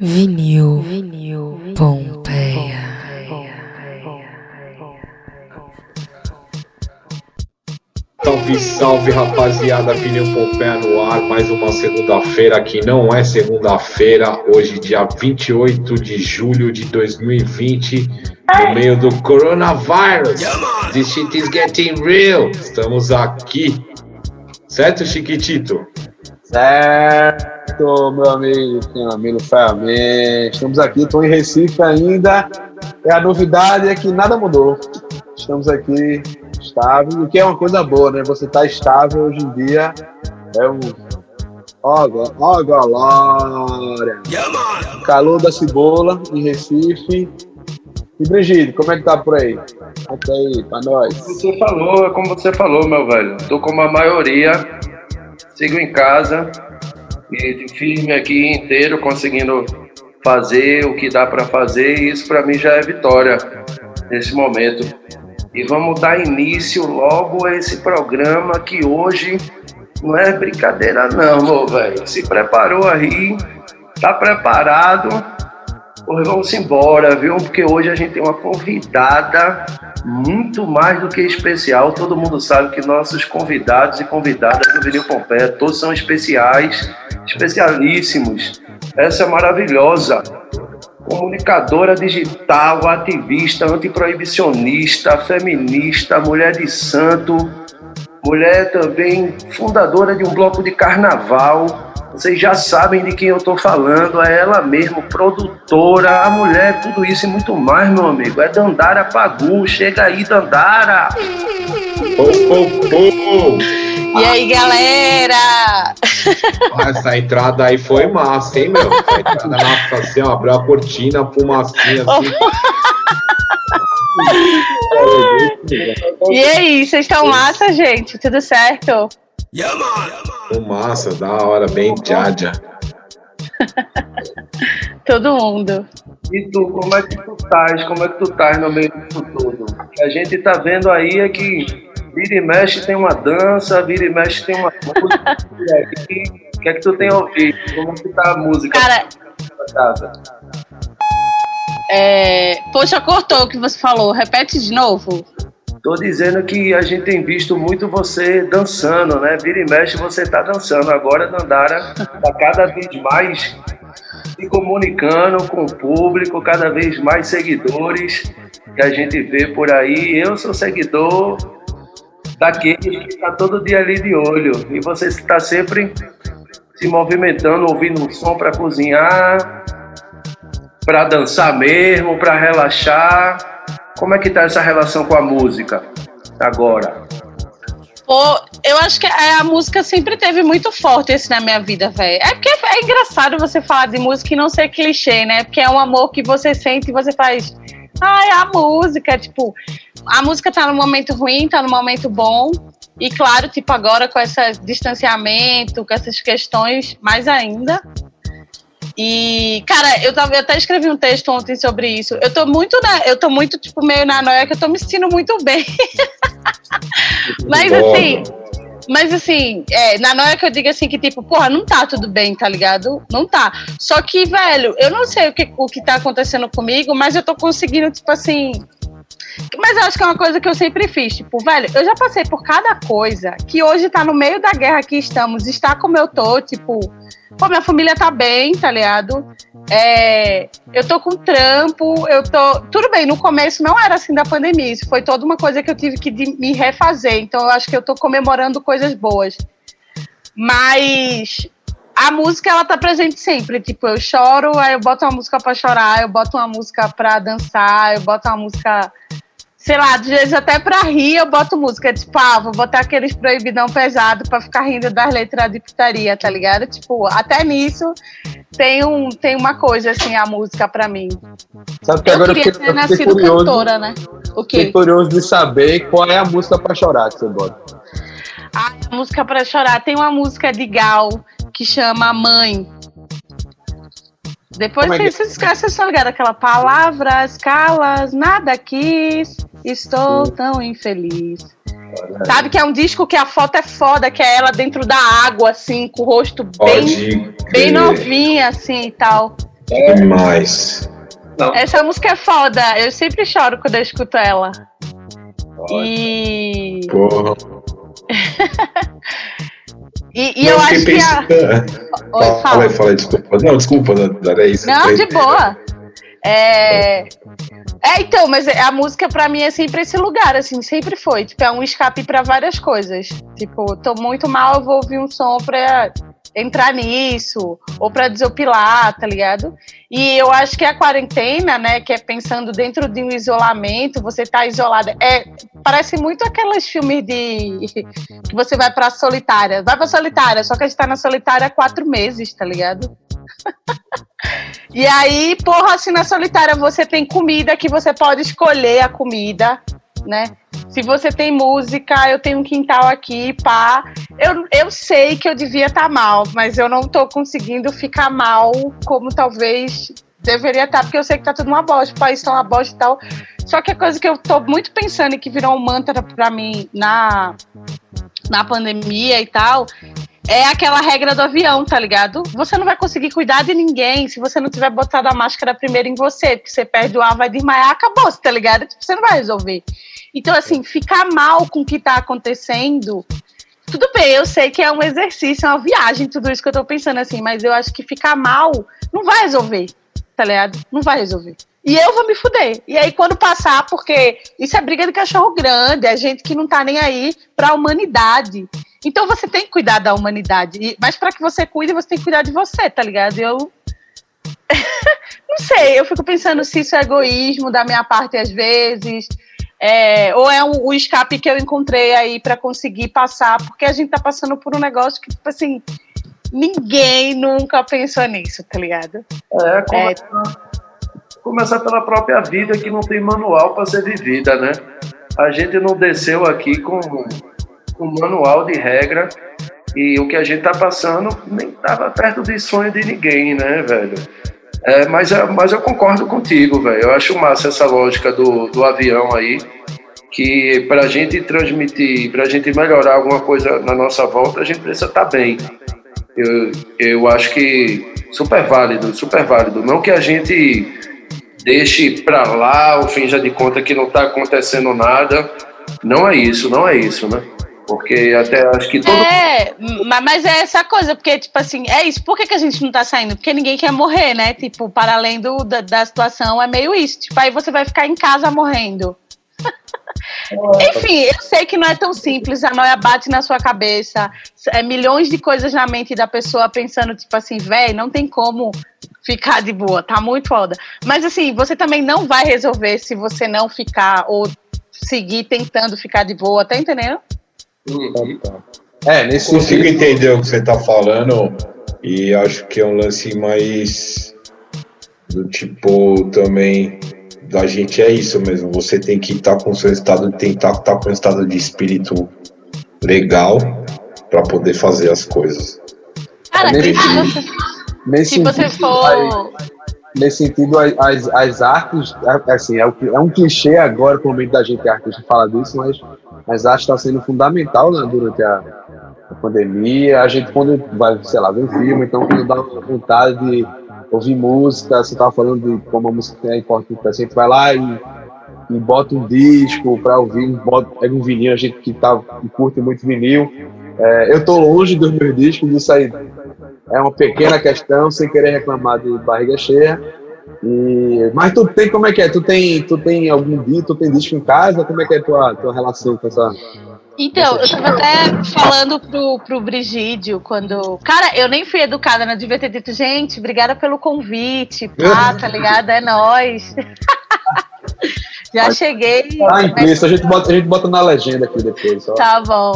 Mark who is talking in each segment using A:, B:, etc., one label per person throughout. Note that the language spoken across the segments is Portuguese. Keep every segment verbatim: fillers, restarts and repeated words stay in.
A: Vinil, vinil, Pompeia.
B: Salve, salve, rapaziada, Vinil Pompeia no ar, mais uma segunda-feira que não é segunda-feira, hoje dia vinte e oito de julho de dois mil e vinte, no meio do coronavírus. This shit is getting real. Estamos aqui, certo, Chiquitito?
C: Certo, meu amigo, meu amigo Ferramenta. Estamos aqui, estou em Recife ainda. E a novidade é que nada mudou. Estamos aqui estável, o que é uma coisa boa, né? Você tá estável hoje em dia é um. Ó, ó, glória! Calor da cebola em Recife. E Brigitte, como é que tá por aí? Conta aí pra nós.
D: Você falou, é como você falou, meu velho. Tô como a maioria. Sigo em casa e firme aqui inteiro, conseguindo fazer o que dá para fazer, e isso para mim já é vitória nesse momento. E vamos dar início logo a esse programa que hoje não é brincadeira não, meu velho. Se preparou aí, tá preparado? Pois vamos embora, viu? Porque hoje a gente tem uma convidada muito mais do que especial. Todo mundo sabe que nossos convidados e convidadas do Vinil Pompeia, todos são especiais, especialíssimos. Essa é maravilhosa, comunicadora digital, ativista, antiproibicionista, feminista, mulher de santo, mulher também fundadora de um bloco de carnaval. Vocês já sabem de quem eu tô falando, é ela mesmo, produtora, a mulher, tudo isso e muito mais, meu amigo. É Dandara Pagu. Chega aí, Dandara!
B: Oh, oh, oh.
E: E aí, galera?
B: Essa entrada aí foi massa, hein, meu? Essa entrada massa, assim, ó, abriu a cortina, fumacinha, assim.
E: E aí, vocês estão massa, gente? Tudo certo?
B: Fumaça, da hora, bem tchaja.
E: Todo mundo.
D: E tu, como é que tu estás? Como é que tu estás no meio disso tudo? A gente tá vendo aí é que vira e mexe tem uma dança, vira e mexe tem uma música. O que é que tu tem ouvido? Como que tá a música?
E: Cara,
D: casa?
E: É... Poxa, cortou o que você falou. Repete de novo.
D: Tô dizendo que a gente tem visto muito você dançando, né? Vira e mexe, você tá dançando. Agora, Dandara tá cada vez mais se comunicando com o público, cada vez mais seguidores que a gente vê por aí. Eu sou seguidor daquele que tá todo dia ali de olho. E você está sempre se movimentando, ouvindo um som para cozinhar, para dançar mesmo, para relaxar. Como é que tá essa relação com a música agora?
E: Pô, eu acho que a música sempre teve muito forte isso na minha vida, velho. É porque é engraçado você falar de música e não ser clichê, né? Porque é um amor que você sente e você faz... Ai, a música, tipo... A música tá no momento ruim, tá no momento bom. E claro, tipo, agora com esse distanciamento, com essas questões, mais ainda... E, cara, eu, tava, eu até escrevi um texto ontem sobre isso. Eu tô muito, na, eu tô muito, tipo, meio na noia, que eu tô me sentindo muito bem. Mas, assim, mas, assim, é, na noia que eu digo, assim, que, tipo, porra, não tá tudo bem, tá ligado? Não tá. Só que, velho, eu não sei o que, o que tá acontecendo comigo, mas eu tô conseguindo, tipo, assim... Mas eu acho que é uma coisa que eu sempre fiz, tipo, velho, eu já passei por cada coisa que hoje tá no meio da guerra que estamos, está como eu tô, tipo... Pô, minha família tá bem, tá ligado? É, eu tô com trampo, eu tô... Tudo bem, no começo não era assim da pandemia, isso foi toda uma coisa que eu tive que de, me refazer, então eu acho que eu tô comemorando coisas boas. Mas a música, ela tá presente sempre, tipo, eu choro, aí eu boto uma música pra chorar, eu boto uma música pra dançar, eu boto uma música... Sei lá, às vezes até pra rir eu boto música, tipo, ah, vou botar aqueles proibidão pesado pra ficar rindo das letras de putaria, tá ligado? Tipo, até nisso tem, um, tem uma coisa, assim, a música pra mim.
C: Sabe que
E: eu
C: agora
E: queria
C: eu
E: ter
C: fiquei,
E: nascido
C: fiquei curioso,
E: cantora, né? O quê?
C: Fiquei curioso de saber qual é a música pra chorar que você bota.
E: Ah, a música pra chorar. Tem uma música de Gal que chama Mãe. Depois
C: é
E: vocês, vocês, vocês estão ligados? Aquela palavras, calas, nada quis, estou tão infeliz. Sabe que é um disco que a foto é foda, que é ela dentro da água, assim, com o rosto bem, bem novinha, assim, e tal.
B: É demais.
E: Não. Essa música é foda. Eu sempre choro quando eu escuto ela. E.
B: Porra.
E: e, e eu acho que a...
B: Oi, fala. Fala aí, fala aí, desculpa. Não, desculpa, era isso.
E: Não, de boa. É... é, então, mas a música pra mim é sempre esse lugar, assim, sempre foi. Tipo, é um escape pra várias coisas. Tipo, tô muito mal, eu vou ouvir um som pra entrar nisso, ou pra desopilar, tá ligado? E eu acho que a quarentena, né, que é pensando dentro de um isolamento, você tá isolada, é, parece muito aqueles filmes de que você vai pra solitária, vai pra solitária, só que a gente tá na solitária há quatro meses, tá ligado? E aí, porra, assim, na solitária você tem comida que você pode escolher a comida, né? Se você tem música, eu tenho um quintal aqui, pá. Eu, eu sei que eu devia estar mal, mas eu não tô conseguindo ficar mal como talvez deveria estar, porque eu sei que tá tudo uma bosta, o país tá uma bosta e tal. Só que a coisa que eu tô muito pensando e que virou um mantra pra mim na, na pandemia e tal, é aquela regra do avião, tá ligado? Você não vai conseguir cuidar de ninguém se você não tiver botado a máscara primeiro em você, porque você perde o ar, vai desmaiar, acabou, tá ligado? Tipo, você não vai resolver. Então, assim, ficar mal com o que tá acontecendo, tudo bem, eu sei que é um exercício, é uma viagem, tudo isso que eu tô pensando, assim, mas eu acho que ficar mal não vai resolver, tá ligado? Não vai resolver. E eu vou me fuder. E aí, quando passar, porque isso é briga de cachorro grande, é gente que não tá nem aí pra humanidade. Então, você tem que cuidar da humanidade. E, mas pra que você cuide, você tem que cuidar de você, tá ligado? Eu... não sei, eu fico pensando se isso é egoísmo da minha parte às vezes... É, ou é o, o escape que eu encontrei aí pra conseguir passar, porque a gente tá passando por um negócio que, tipo assim, ninguém nunca pensou nisso, tá ligado?
D: É, começa, é... começar pela própria vida que não tem manual pra ser vivida, né? A gente não desceu aqui com um manual de regra e o que a gente tá passando nem tava perto de sonho de ninguém, né, velho? É, mas, mas eu concordo contigo, velho. Eu acho massa essa lógica do, do avião aí, que pra gente transmitir, pra gente melhorar alguma coisa na nossa volta, a gente precisa estar bem. Eu, eu acho que super válido, super válido. Não que a gente deixe pra lá ou finja de conta que não tá acontecendo nada. Não é isso, não é isso, né? Porque até acho que todo...
E: É, mas é essa coisa, porque, tipo assim, é isso. Por que, que a gente não tá saindo? Porque ninguém quer morrer, né? Tipo, para além do, da, da situação, é meio isso. Tipo, aí você vai ficar em casa morrendo. Enfim, eu sei que não é tão simples, a noia bate na sua cabeça, é milhões de coisas na mente da pessoa pensando, tipo assim, véi, não tem como ficar de boa, tá muito foda. Mas assim, você também não vai resolver se você não ficar ou seguir tentando ficar de boa, tá entendendo?
B: Uhum. É, nesse consigo sentido... entender o que você está falando e acho que é um lance mais do tipo também da gente é isso mesmo. Você tem que estar tá com o seu estado, tentar estar tá com um estado de espírito legal para poder fazer as coisas.
E: Cara, nesse, você,
C: nesse
E: se você for
C: aí, nesse sentido, as, as artes, assim, é, é um clichê agora, pelo menos da gente artista fala disso, mas as artes estão sendo fundamental, né, durante a, a pandemia. A gente, quando vai, sei lá, ver um filme, então quando dá vontade de ouvir música, você estava falando de como a música é importante pra gente, vai lá e, e bota um disco para ouvir, bota, pega um vinil, a gente que, tá, que curte muito vinil. É, eu tô longe dos meus discos, isso aí é uma pequena questão, sem querer reclamar de barriga cheia. E, mas tu tem, como é que é? Tu tem, tu tem algum dia, tu tem disco em casa? Como é que é a tua, tua relação com essa...
E: Então, eu tava até falando pro, pro Brigídio quando... Cara, eu nem fui educada, né? Eu devia ter dito, gente, obrigada pelo convite, pá, tá ligado? É nóis. Já mas, cheguei.
C: Ah, em mas... a, gente bota, a gente bota na legenda aqui depois. Só.
E: Tá bom.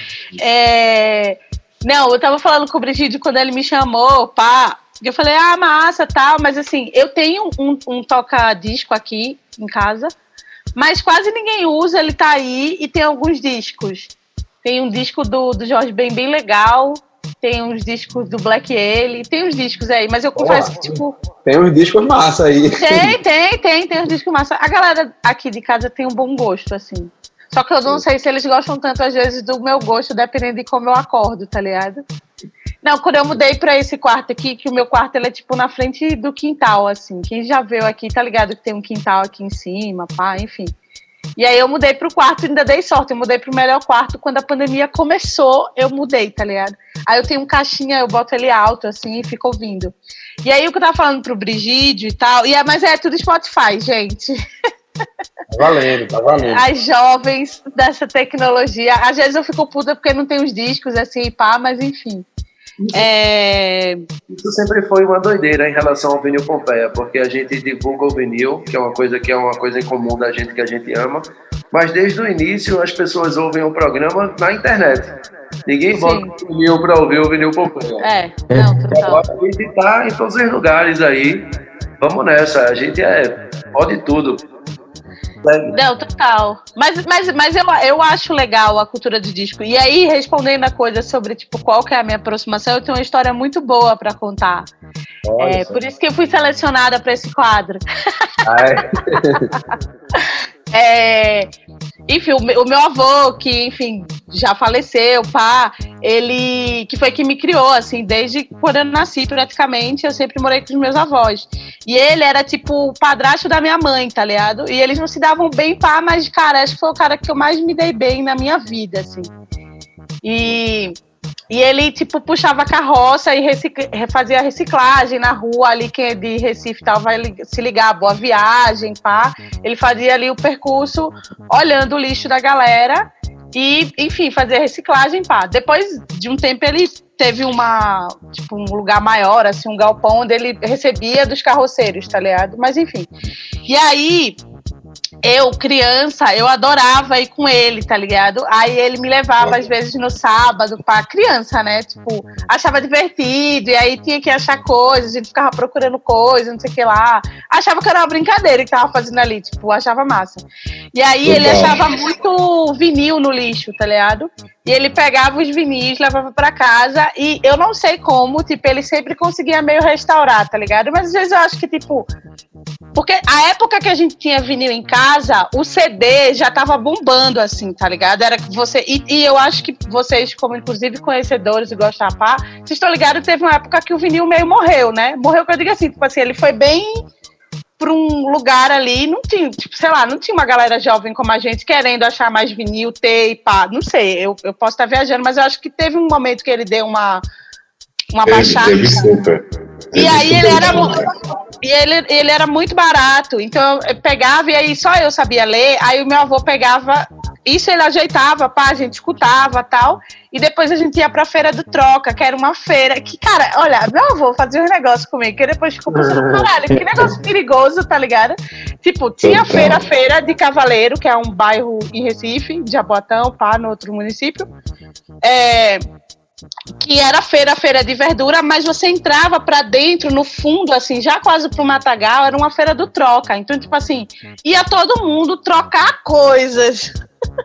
E: É... Não, eu tava falando com o Brigídio quando ele me chamou, pá. Eu falei, ah, massa, tal, mas assim, eu tenho um, um toca-disco aqui em casa, mas quase ninguém usa, ele tá aí e tem alguns discos. Tem um disco do, do Jorge Ben bem legal, tem uns discos do Black Alien, tem uns discos aí, mas eu confesso oh, que, tipo...
C: Tem uns discos massa aí.
E: Tem, tem, tem, tem uns discos massa. A galera aqui de casa tem um bom gosto, assim. Só que eu não sei se eles gostam tanto, às vezes, do meu gosto, dependendo de como eu acordo, tá ligado? Não, quando eu mudei pra esse quarto aqui, que o meu quarto ele é tipo na frente do quintal, assim. Quem já veio aqui tá ligado que tem um quintal aqui em cima, pá, enfim. E aí eu mudei pro quarto, ainda dei sorte, eu mudei pro melhor quarto. Quando a pandemia começou, eu mudei, tá ligado? Aí eu tenho um caixinha, eu boto ele alto, assim, e fico ouvindo. E aí o que eu tava falando pro Brigídio e tal, e é, mas é tudo Spotify, gente.
C: Tá valendo, tá valendo.
E: As jovens dessa tecnologia. Às vezes eu fico puta porque não tem os discos, assim, pá, mas enfim.
D: Isso,
E: é...
D: isso sempre foi uma doideira em relação ao vinil Pompeia, porque a gente divulga o vinil, que é uma coisa que é uma coisa em comum da gente que a gente ama, mas desde o início as pessoas ouvem o programa na internet. Ninguém bota o vinil para ouvir o vinil Pompeia.
E: É, não, total.
D: Agora a gente tá em todos os lugares aí. Vamos nessa, a gente é pode tudo.
E: Não, total. Mas, mas, mas eu, eu acho legal a cultura do disco. E aí, respondendo a coisa sobre tipo, qual que é a minha aproximação, eu tenho uma história muito boa pra contar. É, por isso que eu fui selecionada pra esse quadro. Ah, é? é, enfim, o meu, o meu avô, que, enfim, já faleceu, pá, ele, que foi que me criou, assim, desde quando eu nasci, praticamente, eu sempre morei com os meus avós. E ele era, tipo, o padrasto da minha mãe, tá ligado? E eles não se davam bem, pá, mas, cara, acho que foi o cara que eu mais me dei bem na minha vida, assim. E... E ele, tipo, puxava a carroça e recicl... fazia reciclagem na rua ali, quem é de Recife e tal, vai se ligar, Boa Viagem, pá. Ele fazia ali o percurso, olhando o lixo da galera e, enfim, fazia reciclagem, pá. Depois de um tempo ele teve uma, tipo, um lugar maior, assim, um galpão onde ele recebia dos carroceiros, tá ligado? Mas, enfim. E aí... Eu, criança, eu adorava ir com ele, tá ligado? Aí ele me levava, às vezes, no sábado, pra criança, né? Tipo, achava divertido, e aí tinha que achar coisas, a gente ficava procurando coisas, não sei o que lá. Achava que era uma brincadeira que tava fazendo ali, tipo, achava massa. E aí ele achava muito vinil no lixo, tá ligado? E ele pegava os vinis, levava pra casa, e eu não sei como, tipo, ele sempre conseguia meio restaurar, tá ligado? Mas às vezes eu acho que, tipo... Porque a época que a gente tinha vinil em casa, o C D já tava bombando, assim, tá ligado? Era que você... E, e eu acho que vocês, como inclusive conhecedores e gostam de pá, vocês estão ligados, teve uma época que o vinil meio morreu, né? Morreu, que eu digo assim, tipo assim, ele foi bem... pra um lugar ali, não tinha, tipo, sei lá, não tinha uma galera jovem como a gente querendo achar mais vinil, ter e pá, não sei, eu, eu posso estar viajando, mas eu acho que teve um momento que ele deu uma, uma
B: teve,
E: baixada.
B: Teve super.
E: E aí ele era, e ele, ele era muito barato, então eu pegava e aí só eu sabia ler, aí o meu avô pegava, isso ele ajeitava, pá, a gente escutava tal, e depois a gente ia pra Feira do Troca, que era uma feira, que cara, olha, meu avô fazia um negócio comigo, que depois ficou pensando, caralho, que negócio perigoso, tá ligado? Tipo, tinha feira, feira de Cavaleiro, que é um bairro em Recife, de Jaboatão, pá, no outro município, é... que era feira, feira de verdura, mas você entrava pra dentro, no fundo, assim, já quase pro Matagal, era uma feira do troca. Então, tipo assim, ia todo mundo trocar coisas.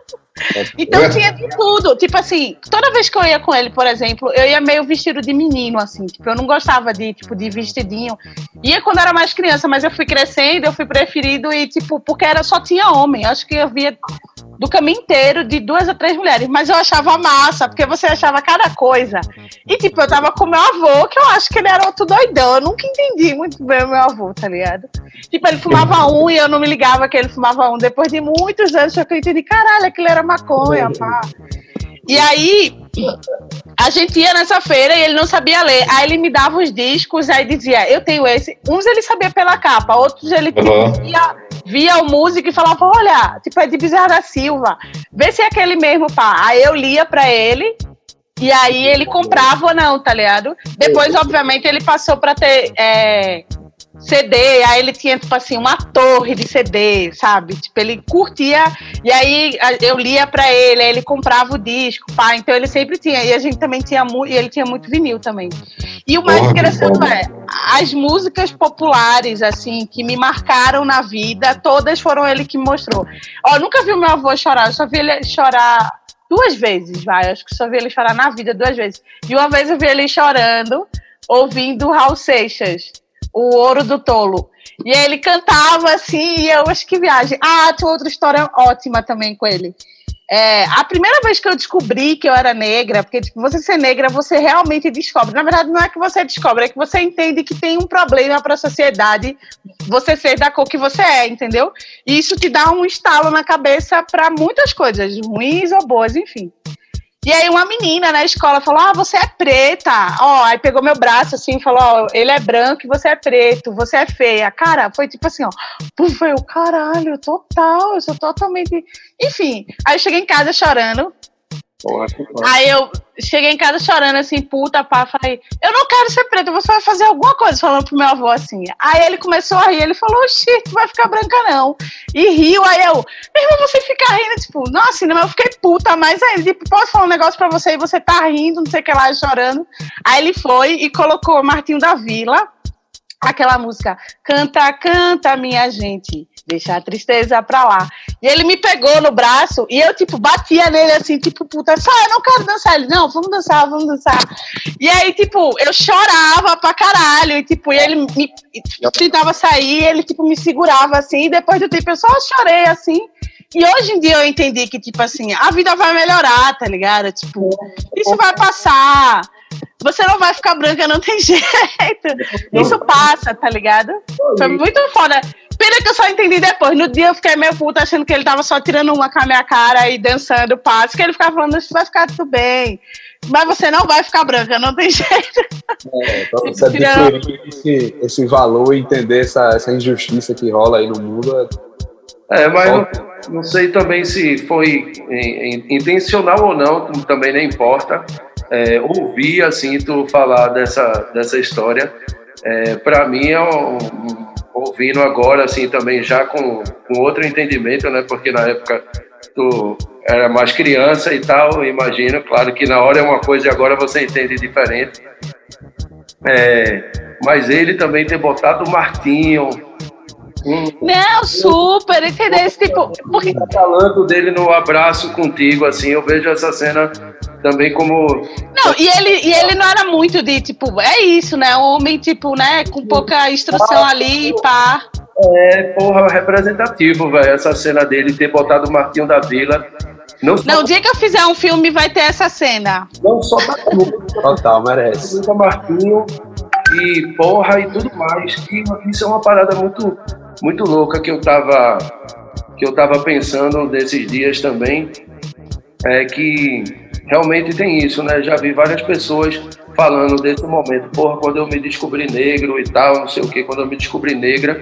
E: Então tinha de tudo. Tipo assim, toda vez que eu ia com ele, por exemplo, eu ia meio vestido de menino, assim. Tipo, eu não gostava de, tipo, de vestidinho. Ia quando era mais criança, mas eu fui crescendo, eu fui preferido e, tipo, porque era, só tinha homem. Eu acho que eu via do caminho inteiro de duas a três mulheres, mas eu achava massa, porque você achava cada coisa. E, tipo, eu tava com meu avô, que eu acho que ele era outro doidão. Eu nunca entendi muito bem o meu avô, tá ligado? Tipo, ele fumava um e eu não me ligava que ele fumava um. Depois de muitos anos, eu entendi, caralho, aquilo era maconha, pá. E aí, a gente ia nessa feira e ele não sabia ler. Aí ele me dava os discos, aí dizia, eu tenho esse. Uns ele sabia pela capa, outros ele tipo, uhum. via, via o músico e falava, olha, tipo, é de Bezerra da Silva. Vê se é aquele mesmo, pá. Aí eu lia pra ele e aí ele comprava ou não, tá ligado? Depois, obviamente, ele passou pra ter... É, C D, aí ele tinha, tipo assim, uma torre de C D, sabe? Tipo, ele curtia, e aí eu lia pra ele, aí ele comprava o disco, pá, então ele sempre tinha, e a gente também tinha muito, e ele tinha muito vinil também. E o mais oh, interessante é, as músicas populares, assim, que me marcaram na vida, todas foram ele que me mostrou. Ó, eu nunca vi o meu avô chorar, eu só vi ele chorar duas vezes, vai, acho que só vi ele chorar na vida duas vezes. E uma vez eu vi ele chorando, ouvindo Raul Seixas, O Ouro do Tolo. E aí ele cantava assim, e eu acho que viagem. Ah, tinha outra história ótima também com ele. É, a primeira vez que eu descobri que eu era negra, porque tipo, você ser negra, você realmente descobre. Na verdade, não é que você descobre, é que você entende que tem um problema para a sociedade você ser da cor que você é, entendeu? E isso te dá um estalo na cabeça para muitas coisas, ruins ou boas, enfim. E aí uma menina na escola falou, ah, você é preta. Ó, aí pegou meu braço assim e falou, ó, ele é branco e você é preto, você é feia. Cara, foi tipo assim, ó, puf, eu, caralho, total, eu sou totalmente... Enfim, aí eu cheguei em casa chorando.
D: Porra,
E: aí eu cheguei em casa chorando assim, puta, pá, falei, eu não quero ser preta, você vai fazer alguma coisa, falando pro meu avô assim. Aí ele começou a rir, ele falou, oxi, tu vai ficar branca não. E riu, aí eu, meu irmão, você fica rindo, tipo, nossa, não, eu fiquei puta, mas aí, tipo, posso falar um negócio pra você e você tá rindo, não sei o que lá, chorando. Aí ele foi e colocou Martinho da Vila, aquela música, canta, canta, minha gente, deixa a tristeza pra lá. E ele me pegou no braço e eu, tipo, batia nele assim, tipo, puta, só eu não quero dançar. Ele, não, vamos dançar, vamos dançar. E aí, tipo, eu chorava pra caralho e, tipo, e ele me tentava sair, ele, tipo, me segurava assim, e depois do tempo eu só chorei assim. E hoje em dia eu entendi que, tipo assim, a vida vai melhorar, tá ligado? Tipo, isso vai passar. Você não vai ficar branca, não tem jeito. Isso passa, tá ligado? Foi muito foda. Pena que eu só entendi depois. No dia eu fiquei meio puta achando que ele tava só tirando uma com a minha cara e dançando passo. Que ele ficava falando, isso vai ficar tudo bem. Mas você não vai ficar branca, não tem jeito.
C: É, então você adquirir esse, esse valor e entender essa, essa injustiça que rola aí no mundo. É,
D: é mas não, não sei também se foi intencional ou não, também nem importa. É, ouvir assim tu falar dessa, dessa história, é, para mim é um, um, ouvindo agora assim também já com, com outro entendimento, né, porque na época tu era mais criança e tal, imagino, claro que na hora é uma coisa e agora você entende diferente, é, mas ele também ter botado o Martinho, um,
E: não, super, entendeu? Esse tipo, porque...
D: o talento dele no abraço contigo, assim, eu vejo essa cena também como...
E: Não, e ele, e ele não era muito de, tipo, é isso, né? Um homem, tipo, né, com pouca instrução ali e pá.
D: É, porra, representativo, velho, essa cena dele ter botado o Martinho da Vila. Não,
E: não, o dia que eu fizer um filme vai ter essa cena.
D: Não só pra
C: total, merece.
D: O Martinho e porra e tudo mais. E isso é uma parada muito, muito louca que eu tava, que eu tava pensando nesses dias também. É que realmente tem isso, né? Já vi várias pessoas falando desse momento. Porra, quando eu me descobri negro e tal, não sei o que, quando eu me descobri negra.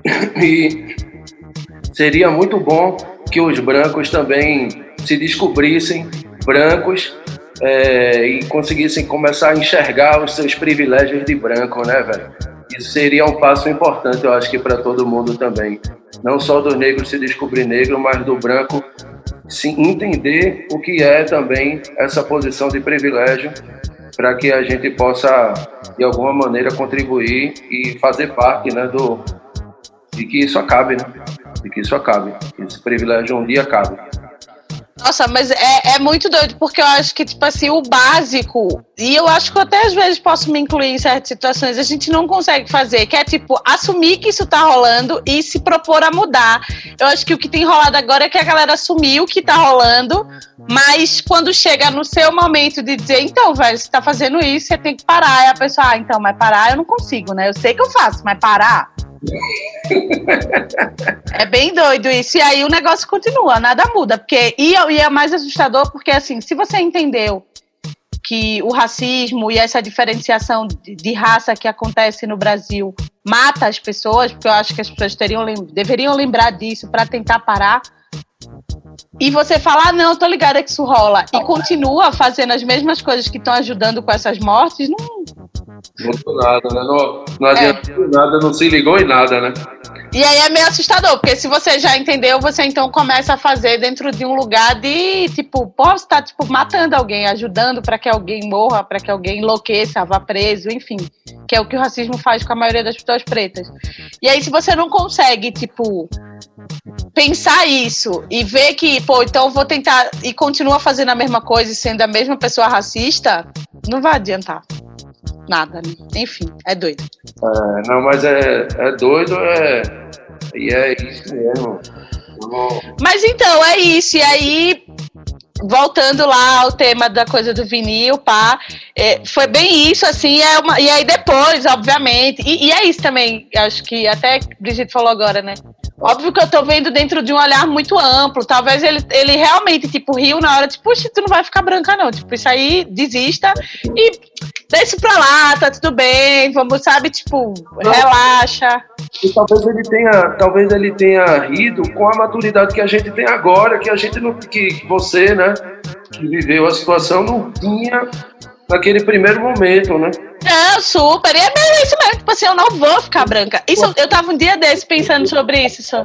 D: E seria muito bom que os brancos também se descobrissem brancos é, e conseguissem começar a enxergar os seus privilégios de branco, né, velho? Isso seria um passo importante, eu acho que para todo mundo também. Não só do negro se descobrir negro, mas do branco se entender o que é também essa posição de privilégio, para que a gente possa, de alguma maneira, contribuir e fazer parte, né, do, de que isso acabe, né? De que isso acabe, que esse privilégio um dia acabe.
E: Nossa, mas é, é muito doido, porque eu acho que, tipo assim, o básico, e eu acho que eu até às vezes posso me incluir em certas situações, a gente não consegue fazer, que é, tipo, assumir que isso tá rolando e se propor a mudar. Eu acho que o que tem rolado agora é que a galera assumiu que tá rolando, mas quando chega no seu momento de dizer, então, velho, você tá fazendo isso, você tem que parar. E a pessoa, ah, então, mas parar eu não consigo, né? Eu sei que eu faço, mas parar... É bem doido isso. E aí o negócio continua, nada muda. Porque, e, e é mais assustador porque, assim, se você entendeu que o racismo e essa diferenciação de, de raça que acontece no Brasil mata as pessoas, porque eu acho que as pessoas teriam, deveriam lembrar disso para tentar parar, e você fala, ah, não, tô ligada que isso rola, e continua fazendo as mesmas coisas que estão ajudando com essas mortes, não...
D: Não mudou nada, né? Não, não adiantou é. nada, não se ligou em nada, né?
E: E aí é meio assustador, porque se você já entendeu, você então começa a fazer dentro de um lugar de, tipo, pô, você tá, tipo, matando alguém, ajudando para que alguém morra, para que alguém enlouqueça, vá preso, enfim, que é o que o racismo faz com a maioria das pessoas pretas. E aí se você não consegue, tipo, pensar isso e ver que, pô, então eu vou tentar e continua fazendo a mesma coisa e sendo a mesma pessoa racista, não vai adiantar. Nada, né? Enfim, é doido.
D: É, não, mas é, é doido, é, e é isso mesmo.
E: Mas então, é isso. E aí, voltando lá ao tema da coisa do vinil, pá, é, foi bem isso, assim, é uma, e aí depois, obviamente, e, e é isso também, acho que até Brigitte falou agora, né? Óbvio que eu tô vendo dentro de um olhar muito amplo, talvez ele, ele realmente, tipo, riu na hora, tipo, puxa, tu não vai ficar branca não, tipo, isso aí, desista e deixa pra lá, tá tudo bem, vamos, sabe, tipo, não. Relaxa.
D: E talvez ele tenha, talvez ele tenha rido com a maturidade que a gente tem agora, que a gente não, que você, né, que viveu a situação, não tinha naquele primeiro momento, né?
E: É, super, e é mesmo isso mesmo, tipo assim, eu não vou ficar branca. Isso, eu tava um dia desse pensando sobre isso, só.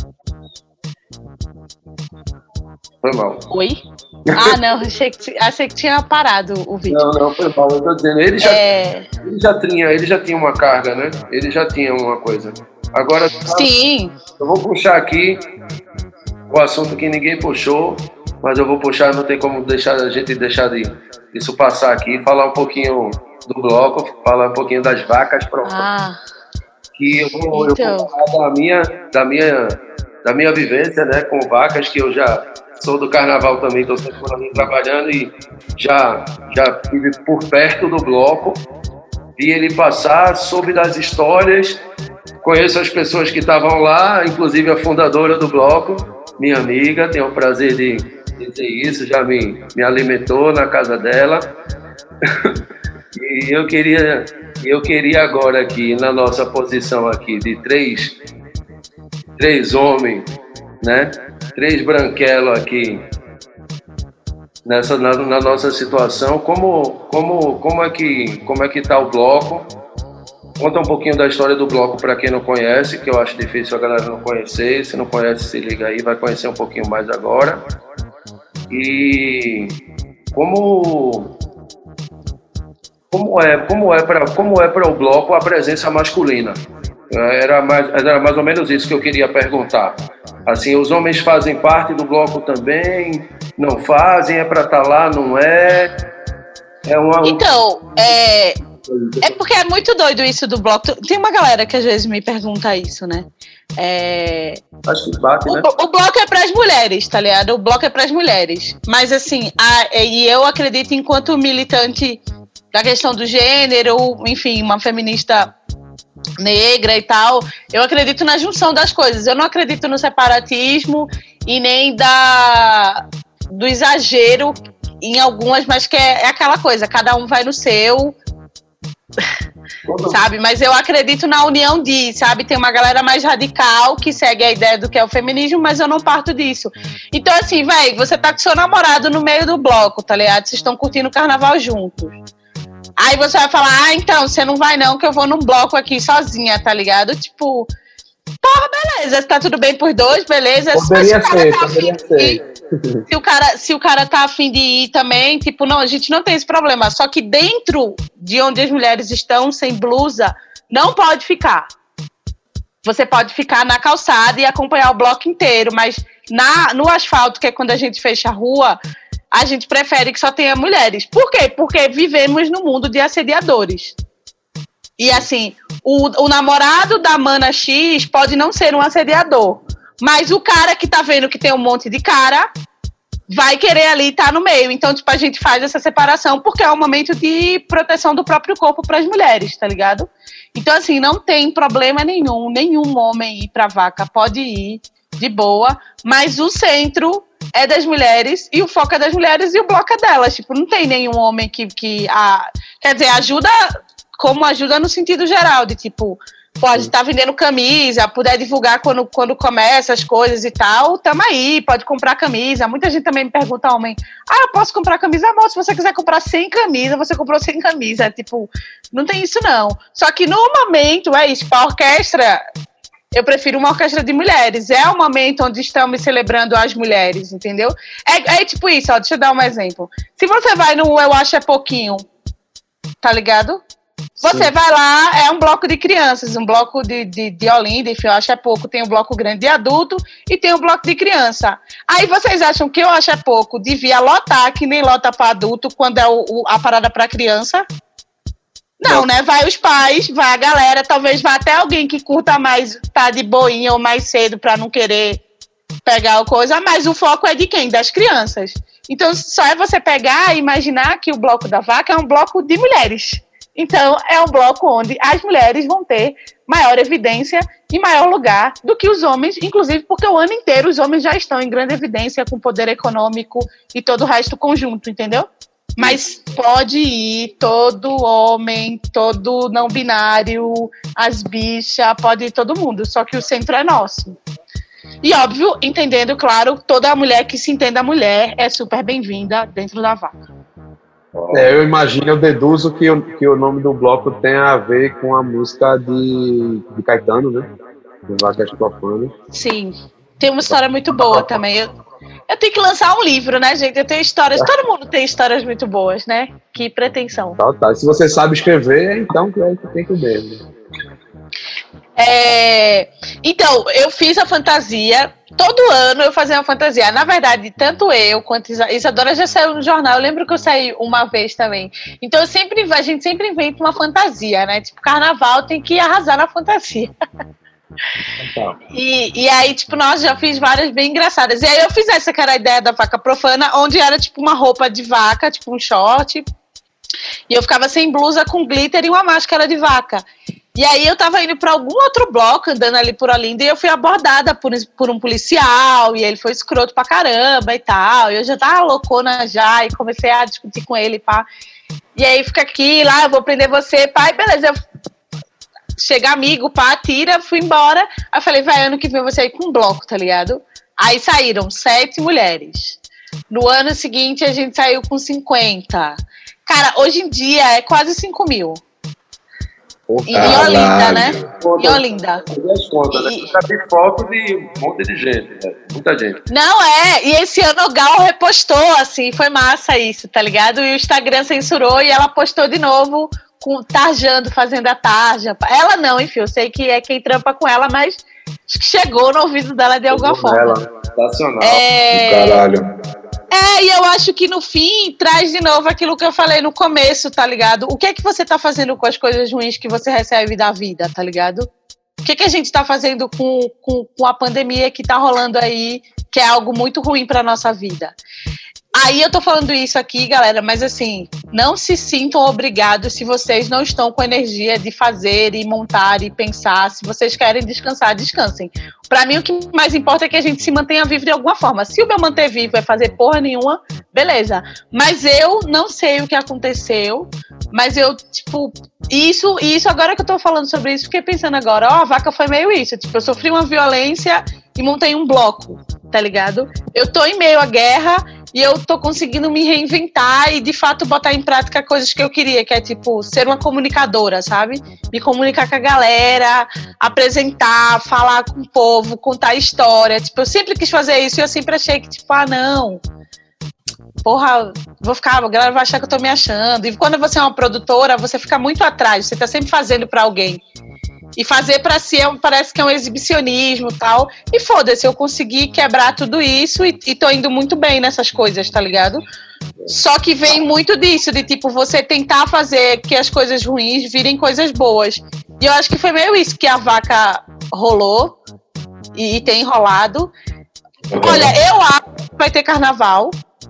D: Foi mal.
E: Oi? Ah, não, achei que, achei que tinha parado o vídeo.
D: Não, não, foi mal, eu tô dizendo, ele já,
E: é...
D: ele já tinha, ele já tinha uma carga, né? Ele já tinha uma coisa. Agora,
E: sim.
D: Eu vou puxar aqui o assunto que ninguém puxou, mas eu vou puxar, não tem como deixar a gente deixar de, isso passar aqui, falar um pouquinho do bloco, falar um pouquinho das vacas prontas.
E: Ah.
D: Que eu vou,
E: então.
D: eu vou falar da minha, da, minha, da minha vivência, né, com vacas, que eu já sou do carnaval também, estou sempre por ali trabalhando e já, já estive por perto do bloco, vi ele passar, soube das histórias, conheço as pessoas que estavam lá, inclusive a fundadora do bloco, minha amiga, tenho o prazer de dizer isso, já me, me alimentou na casa dela. E eu queria, eu queria agora aqui, na nossa posição aqui, de três, três homens, né? Três branquelos aqui, nessa, na, na nossa situação, como, como, como, é que, como é que tá o bloco? Conta um pouquinho da história do bloco para quem não conhece, que eu acho difícil a galera não conhecer. Se não conhece, se liga aí, vai conhecer um pouquinho mais agora. E como... Como é, como é para como é para o bloco a presença masculina? Era mais, era mais ou menos isso que eu queria perguntar. Assim, os homens fazem parte do bloco também? Não fazem? É para estar lá? Não é? É uma...
E: Então, é, é porque é muito doido isso do bloco. Tem uma galera que às vezes me pergunta isso, né? É...
D: Acho que bate, né?
E: O, o bloco é para as mulheres, tá ligado? O bloco é para as mulheres. Mas assim, a, e eu acredito enquanto militante da questão do gênero, enfim, uma feminista negra e tal, eu acredito na junção das coisas. Eu não acredito no separatismo e nem da, do exagero em algumas, mas que é, é aquela coisa, cada um vai no seu, sabe? Mas eu acredito na união de, sabe? Tem uma galera mais radical que segue a ideia do que é o feminismo, mas eu não parto disso. Então, assim, véi, você tá com seu namorado no meio do bloco, tá ligado? Vocês estão curtindo o carnaval juntos. Aí você vai falar, ah, então, você não vai não, que eu vou num bloco aqui sozinha, tá ligado? Tipo, porra, beleza, tá tudo bem por dois, beleza.
C: Poderia
E: se
C: ser,
E: tá
C: poderia ser.
E: Ir, se, o cara, se o cara tá afim de ir também, tipo, não, a gente não tem esse problema. Só que dentro de onde as mulheres estão, sem blusa, não pode ficar. Você pode ficar na calçada e acompanhar o bloco inteiro, mas na, no asfalto, que é quando a gente fecha a rua, a gente prefere que só tenha mulheres. Por quê? Porque vivemos no mundo de assediadores. E assim, o, o namorado da mana X pode não ser um assediador, mas o cara que tá vendo que tem um monte de cara vai querer ali estar no meio. Então, tipo, a gente faz essa separação porque é um momento de proteção do próprio corpo para as mulheres, tá ligado? Então, assim, não tem problema nenhum, nenhum homem ir pra vaca, pode ir de boa, mas o centro é das mulheres e o foco é das mulheres e o bloco é delas. Tipo, não tem nenhum homem que... que a, quer dizer, ajuda como ajuda no sentido geral, de tipo, pode estar tá vendendo camisa, puder divulgar quando, quando começa as coisas e tal, tamo aí, pode comprar camisa. Muita gente também me pergunta, homem, ah, eu posso comprar camisa? Amor, se você quiser comprar sem camisa, você comprou sem camisa. Tipo, não tem isso não. Só que no momento, é isso, pra orquestra... Eu prefiro uma orquestra de mulheres. É o momento onde estamos celebrando as mulheres, entendeu? É, é tipo isso, ó, deixa eu dar um exemplo. Se você vai no Eu Acho É Pouquinho, tá ligado? Você Sim. vai lá, é um bloco de crianças, um bloco de, de, de Olinda, enfim, Eu Acho É Pouco. Tem um bloco grande de adulto e tem um bloco de criança. Aí vocês acham que Eu Acho É Pouco devia lotar, que nem lota para adulto, quando é o, o, a parada para criança? Não, não, né? Vai os pais, vai a galera, talvez vá até alguém que curta mais, tá de boinha ou mais cedo pra não querer pegar o coisa, mas o foco é de quem? Das crianças. Então, só é você pegar e imaginar que o bloco da vaca é um bloco de mulheres. Então, é um bloco onde as mulheres vão ter maior evidência e maior lugar do que os homens, inclusive porque o ano inteiro os homens já estão em grande evidência com poder econômico e todo o resto conjunto, entendeu? Mas pode ir todo homem, todo não binário, as bichas, pode ir todo mundo, só que o centro é nosso. E óbvio, entendendo, claro, toda mulher que se entenda mulher é super bem-vinda dentro da vaca.
C: É, eu imagino, eu deduzo que o, que o nome do bloco tem a ver com a música de, de Caetano, né? De Vacas Profanas.
E: Sim, tem uma história muito boa também. Eu, eu tenho que lançar um livro, né, gente? Eu tenho histórias, todo mundo tem histórias muito boas, né? Que pretensão.
C: Tá, tá. Se você sabe escrever, então tem que ver. Né?
E: É, então, eu fiz a fantasia. Todo ano eu fazia uma fantasia. Na verdade, tanto eu quanto Isa, Isadora já saiu no jornal. Eu lembro que eu saí uma vez também. Então, eu sempre, a gente sempre inventa uma fantasia, né? Tipo, carnaval tem que arrasar na fantasia. E, e aí, tipo, nossa, já fiz várias bem engraçadas. E aí eu fiz essa que era a ideia da vaca profana, onde era tipo uma roupa de vaca, tipo um short. E eu ficava sem blusa, com glitter e uma máscara de vaca. E aí eu tava indo pra algum outro bloco, andando ali por Olinda, e eu fui abordada por, por um policial, e ele foi escroto pra caramba e tal. E eu já tava loucona já, e comecei a discutir com ele, pá. E aí fica aqui, lá, eu vou prender você, pá, e beleza. Eu... Chega amigo, pá, tira, fui embora. Aí eu falei, vai, ano que vem você aí com um bloco, tá ligado? Aí saíram sete mulheres. No ano seguinte a gente saiu com cinquenta. Cara, hoje em dia é quase cinco mil.
C: Oh,
E: em Olinda, né? Em Olinda.
D: Contas, né? Eu já vi foto de um monte de gente, né? Muita gente.
E: Não, é. E esse ano o Gal repostou, assim, foi massa isso, tá ligado? E o Instagram censurou e ela postou de novo com tarjando, fazendo a tarja. Ela não, enfim, eu sei que é quem trampa com ela, mas acho que chegou no ouvido dela de alguma forma.
D: Ela, sensacional.
E: É...
B: Caralho.
E: É, e eu acho que no fim traz de novo aquilo que eu falei no começo, tá ligado? O que é que você tá fazendo com as coisas ruins que você recebe da vida, tá ligado? O que é que a gente tá fazendo com, com, com a pandemia que tá rolando aí, que é algo muito ruim pra nossa vida? Aí eu tô falando isso aqui, galera, mas assim, não se sintam obrigados se vocês não estão com energia de fazer e montar e pensar. Se vocês querem descansar, descansem. Pra mim, o que mais importa é que a gente se mantenha vivo de alguma forma. Se o meu manter vivo é fazer porra nenhuma, beleza. Mas eu não sei o que aconteceu, mas eu, tipo, isso, isso agora que eu tô falando sobre isso, fiquei pensando agora, ó, a vaca foi meio isso. Tipo, eu sofri uma violência e montei um bloco, tá ligado? Eu tô em meio à guerra e eu tô conseguindo me reinventar e, de fato, botar em prática coisas que eu queria, que é, tipo, ser uma comunicadora, sabe? Me comunicar com a galera, apresentar, falar com o povo, contar história. Tipo, eu sempre quis fazer isso e eu sempre achei que, tipo, ah, não, porra, vou ficar, a galera vai achar que eu tô me achando. E quando você é uma produtora, você fica muito atrás, você tá sempre fazendo pra alguém. E fazer pra si é, parece que é um exibicionismo e tal. E foda-se, eu consegui quebrar tudo isso e, e tô indo muito bem nessas coisas, tá ligado? Só que vem muito disso, de tipo, você tentar fazer que as coisas ruins virem coisas boas. E eu acho que foi meio isso que a vaca rolou e, e tem rolado. Olha, eu acho que vai ter carnaval.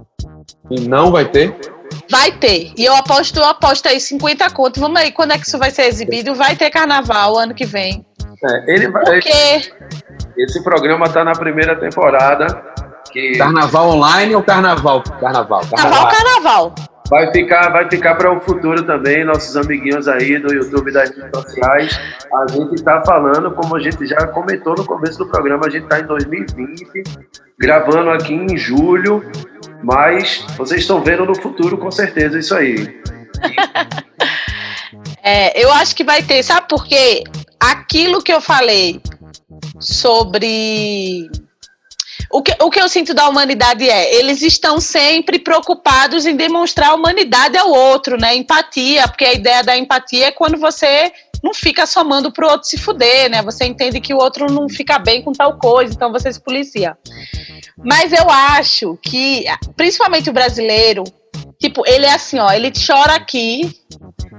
C: E não vai ter?
E: Vai ter. E eu aposto, eu aposto aí cinquenta conto. Vamos aí, quando é que isso vai ser exibido? Vai ter carnaval ano que vem.
D: É, ele vai.
E: Porque...
D: Esse programa tá na primeira temporada. Que
C: Carnaval online ou carnaval? Carnaval.
E: Carnaval, carnaval.
D: Vai ficar, vai ficar para o futuro também, nossos amiguinhos aí do YouTube, das redes sociais. A gente tá falando, como a gente já comentou no começo do programa, a gente tá em dois mil e vinte, gravando aqui em julho, mas vocês estão vendo no futuro com certeza isso aí.
E: É, eu acho que vai ter, sabe por quê? Aquilo que eu falei sobre... O que, o que eu sinto da humanidade é, eles estão sempre preocupados em demonstrar a humanidade ao outro, né? Empatia, porque a ideia da empatia é quando você não fica somando pro outro se fuder, né? Você entende que o outro não fica bem com tal coisa, então você se policia. Mas eu acho que, principalmente o brasileiro, tipo, ele é assim, ó, ele chora aqui,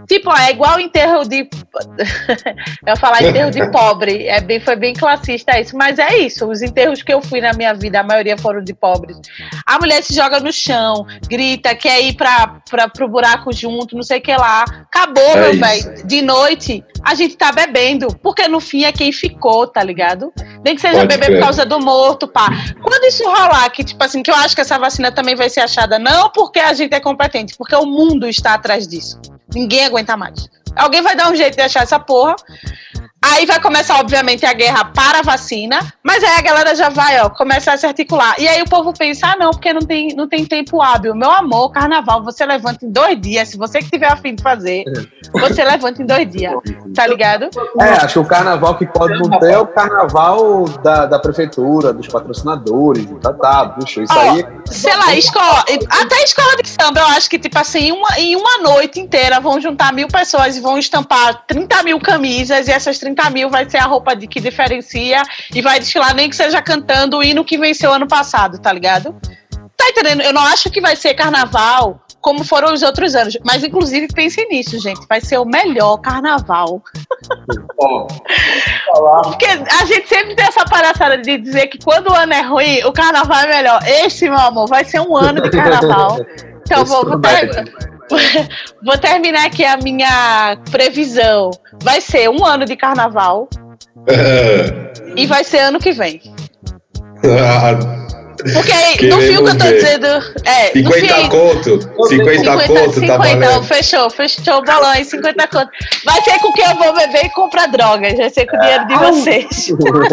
E: Tipo, ó, é igual enterro de... eu ia falar enterro de pobre. É bem, foi bem classista isso. Mas é isso. Os enterros que eu fui na minha vida, a maioria foram de pobres. A mulher se joga no chão, grita, quer ir pra, pra, pro buraco junto, não sei o que lá. Acabou, é meu velho. De noite, a gente tá bebendo. Porque no fim é quem ficou, tá ligado? Nem que seja Pode beber crer. Por causa do morto, pá. Quando isso rolar, que tipo assim, que eu acho que essa vacina também vai ser achada, não porque a gente é competente, porque o mundo está atrás disso. Ninguém aguenta mais. Alguém vai dar um jeito de achar essa porra. Aí vai começar, obviamente, a guerra para a vacina. Mas aí a galera já vai, ó, começar a se articular. E aí o povo pensa, ah, não, porque não tem, não tem tempo hábil. Meu amor, carnaval, você levanta em dois dias. Se você que tiver a fim de fazer, você levanta em dois dias. Tá ligado?
C: É, acho que o carnaval que pode não ter é o carnaval da, da prefeitura, dos patrocinadores, tá, tá, puxa, isso ó, aí...
E: Sei lá, escola, até escola de samba, eu acho que, tipo assim, uma, em uma noite inteira vão juntar mil pessoas e vão estampar trinta mil camisas, e essas trinta mil vai ser a roupa de, que diferencia e vai desfilar, nem que seja cantando o hino que venceu ano passado, tá ligado? Tá entendendo? Eu não acho que vai ser carnaval como foram os outros anos, mas inclusive pensem nisso, gente, vai ser o melhor carnaval.
C: Oh.
E: Porque a gente sempre tem essa palhaçada de dizer que quando o ano é ruim, o carnaval é melhor. Esse, meu amor, vai ser um ano de carnaval. Então vou, vou, ter, vou terminar aqui a minha previsão. Vai ser um ano de carnaval e vai ser ano que vem. Porque
B: Queremos
E: no fio que eu tô
B: ver.
E: dizendo. É,
B: cinquenta
E: no
B: conto. cinquenta conto, tá valendo.
E: Fechou, fechou o bolão aí, cinquenta conto. Vai ser com o que eu vou beber e comprar drogas. Vai ser com o dinheiro de vocês.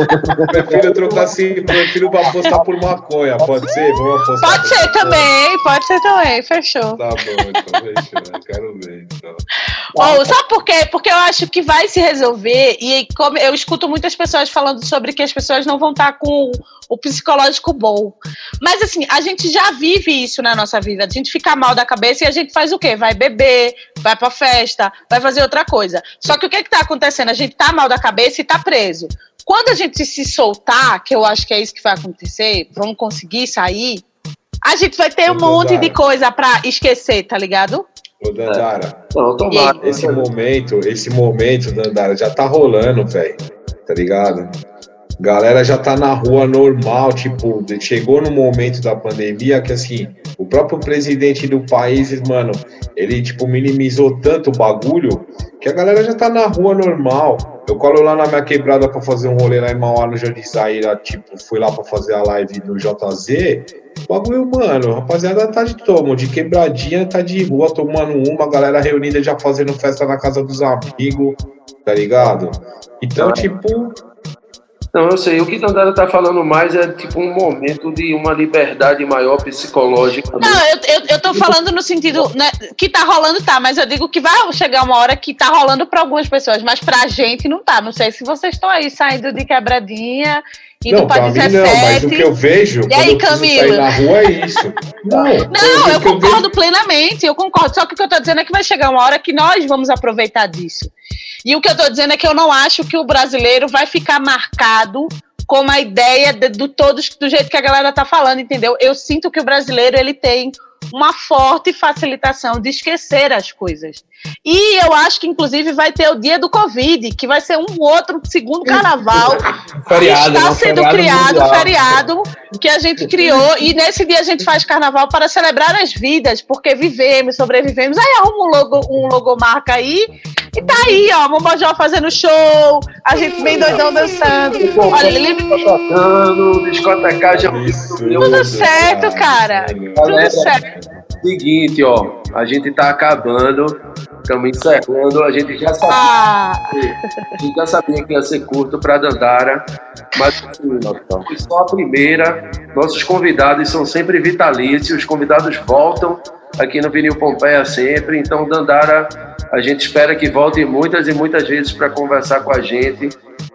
B: Prefiro trocar assim, prefiro apostar por maconha. Pode ser? Vamos apostar.
E: Pode ser maconha. também, pode ser também, fechou.
B: Tá bom, então fechou. Quero ver. Então.
E: Oh, sabe por quê? Porque eu acho que vai se resolver. E como eu escuto muitas pessoas falando sobre que as pessoas não vão estar com o psicológico bom. Mas assim, a gente já vive isso na nossa vida. A gente fica mal da cabeça e a gente faz o quê? Vai beber, vai pra festa, vai fazer outra coisa. Só que o que que tá acontecendo? A gente tá mal da cabeça e tá preso. Quando a gente se soltar, que eu acho que é isso que vai acontecer, vamos conseguir sair, a gente vai ter um monte de coisa pra esquecer, tá ligado?
B: Ô, Dandara,
D: não, tomara.
B: esse momento, esse momento, Dandara, já tá rolando, velho, tá ligado? Galera já tá na rua normal, tipo, chegou no momento da pandemia que, assim, o próprio presidente do país, mano, ele, tipo, minimizou tanto o bagulho que a galera já tá na rua normal. Eu colo lá na minha quebrada pra fazer um rolê lá em Mauá, no Jardim Zaira, tipo, fui lá pra fazer a live do J Z, o bagulho, mano, rapaziada tá de tomo, de quebradinha, tá de rua tomando uma, galera reunida já fazendo festa na casa dos amigos, tá ligado? Então, tipo...
D: Não, eu sei, o que Dandara tá falando mais é tipo um momento de uma liberdade maior psicológica.
E: Não, eu, eu, eu tô falando no sentido, né, que tá rolando, tá, mas eu digo que vai chegar uma hora que tá rolando pra algumas pessoas, mas pra gente não tá. Não sei se vocês estão aí saindo de quebradinha, indo
B: não,
E: pra, pra
B: dezessete. Mim não, mas o que eu vejo
E: e
B: quando
E: aí,
B: eu preciso sair na rua é isso. Não,
E: não eu concordo eu plenamente, eu concordo. Só que o que eu tô dizendo é que vai chegar uma hora que nós vamos aproveitar disso. E o que eu tô dizendo é que eu não acho que o brasileiro vai ficar marcado como a ideia de, do todos do jeito que a galera tá falando, entendeu? Eu sinto que o brasileiro, ele tem uma forte facilitação de esquecer as coisas. E eu acho que, inclusive, vai ter o dia do Covid, que vai ser um outro segundo carnaval
C: feriado,
E: que está
C: não,
E: sendo
C: feriado
E: criado,
C: mundial.
E: feriado, que a gente criou, e nesse dia a gente faz carnaval para celebrar as vidas, porque vivemos, sobrevivemos. Aí arruma um, logo, um logomarca aí, e tá aí, ó, Mombojó fazendo show, a gente bem doidão dançando. Olha, ele...
D: tocando, discotecagem.
E: Tudo certo, cara. Tudo certo.
D: Seguinte, ó, a gente tá acabando, estamos encerrando, a gente já sabia,
E: ah.
D: a gente já sabia que ia ser curto para Dandara, mas foi só a primeira. Nossos convidados são sempre vitalícios, os convidados voltam aqui no Vinil Pompeia sempre, então Dandara, a gente espera que volte muitas e muitas vezes para conversar com a gente,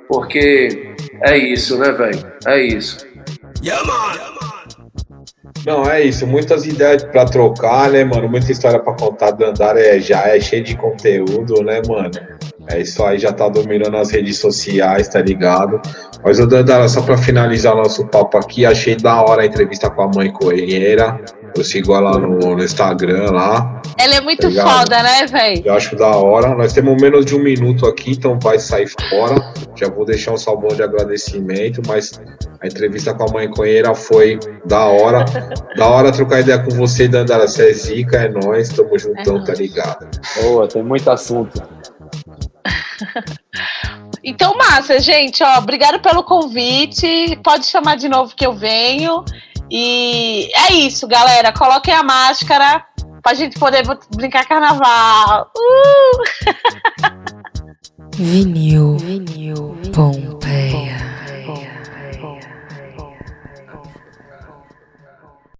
D: porque é isso, né, velho? É isso.
B: Yeah, man. Não, é isso, muitas ideias pra trocar, né, mano, muita história pra contar. Dandara é, já é cheio de conteúdo, né, mano, é isso aí, já tá dominando as redes sociais, tá ligado? Mas, ô Dandara, só pra finalizar o nosso papo aqui, achei da hora a entrevista com a mãe coelheira, Eu sigo ela no, no Instagram lá.
E: Ela é muito
B: Obrigado.
E: foda, né, velho?
B: Eu acho da hora. Nós temos menos de um minuto aqui, então vai sair fora. Já vou deixar um salvão de agradecimento, mas a entrevista com a mãe Conheira foi da hora. Da hora trocar ideia com você, Dandara. Você é zica, é nóis, tamo juntão, é tá ligado?
C: Boa, tem muito assunto.
E: Então, massa, gente, ó, obrigado pelo convite. Pode chamar de novo que eu venho. E é isso, galera. Coloquem a máscara pra gente poder brincar carnaval. Uh!
A: Vinil, vinil, Pompeia.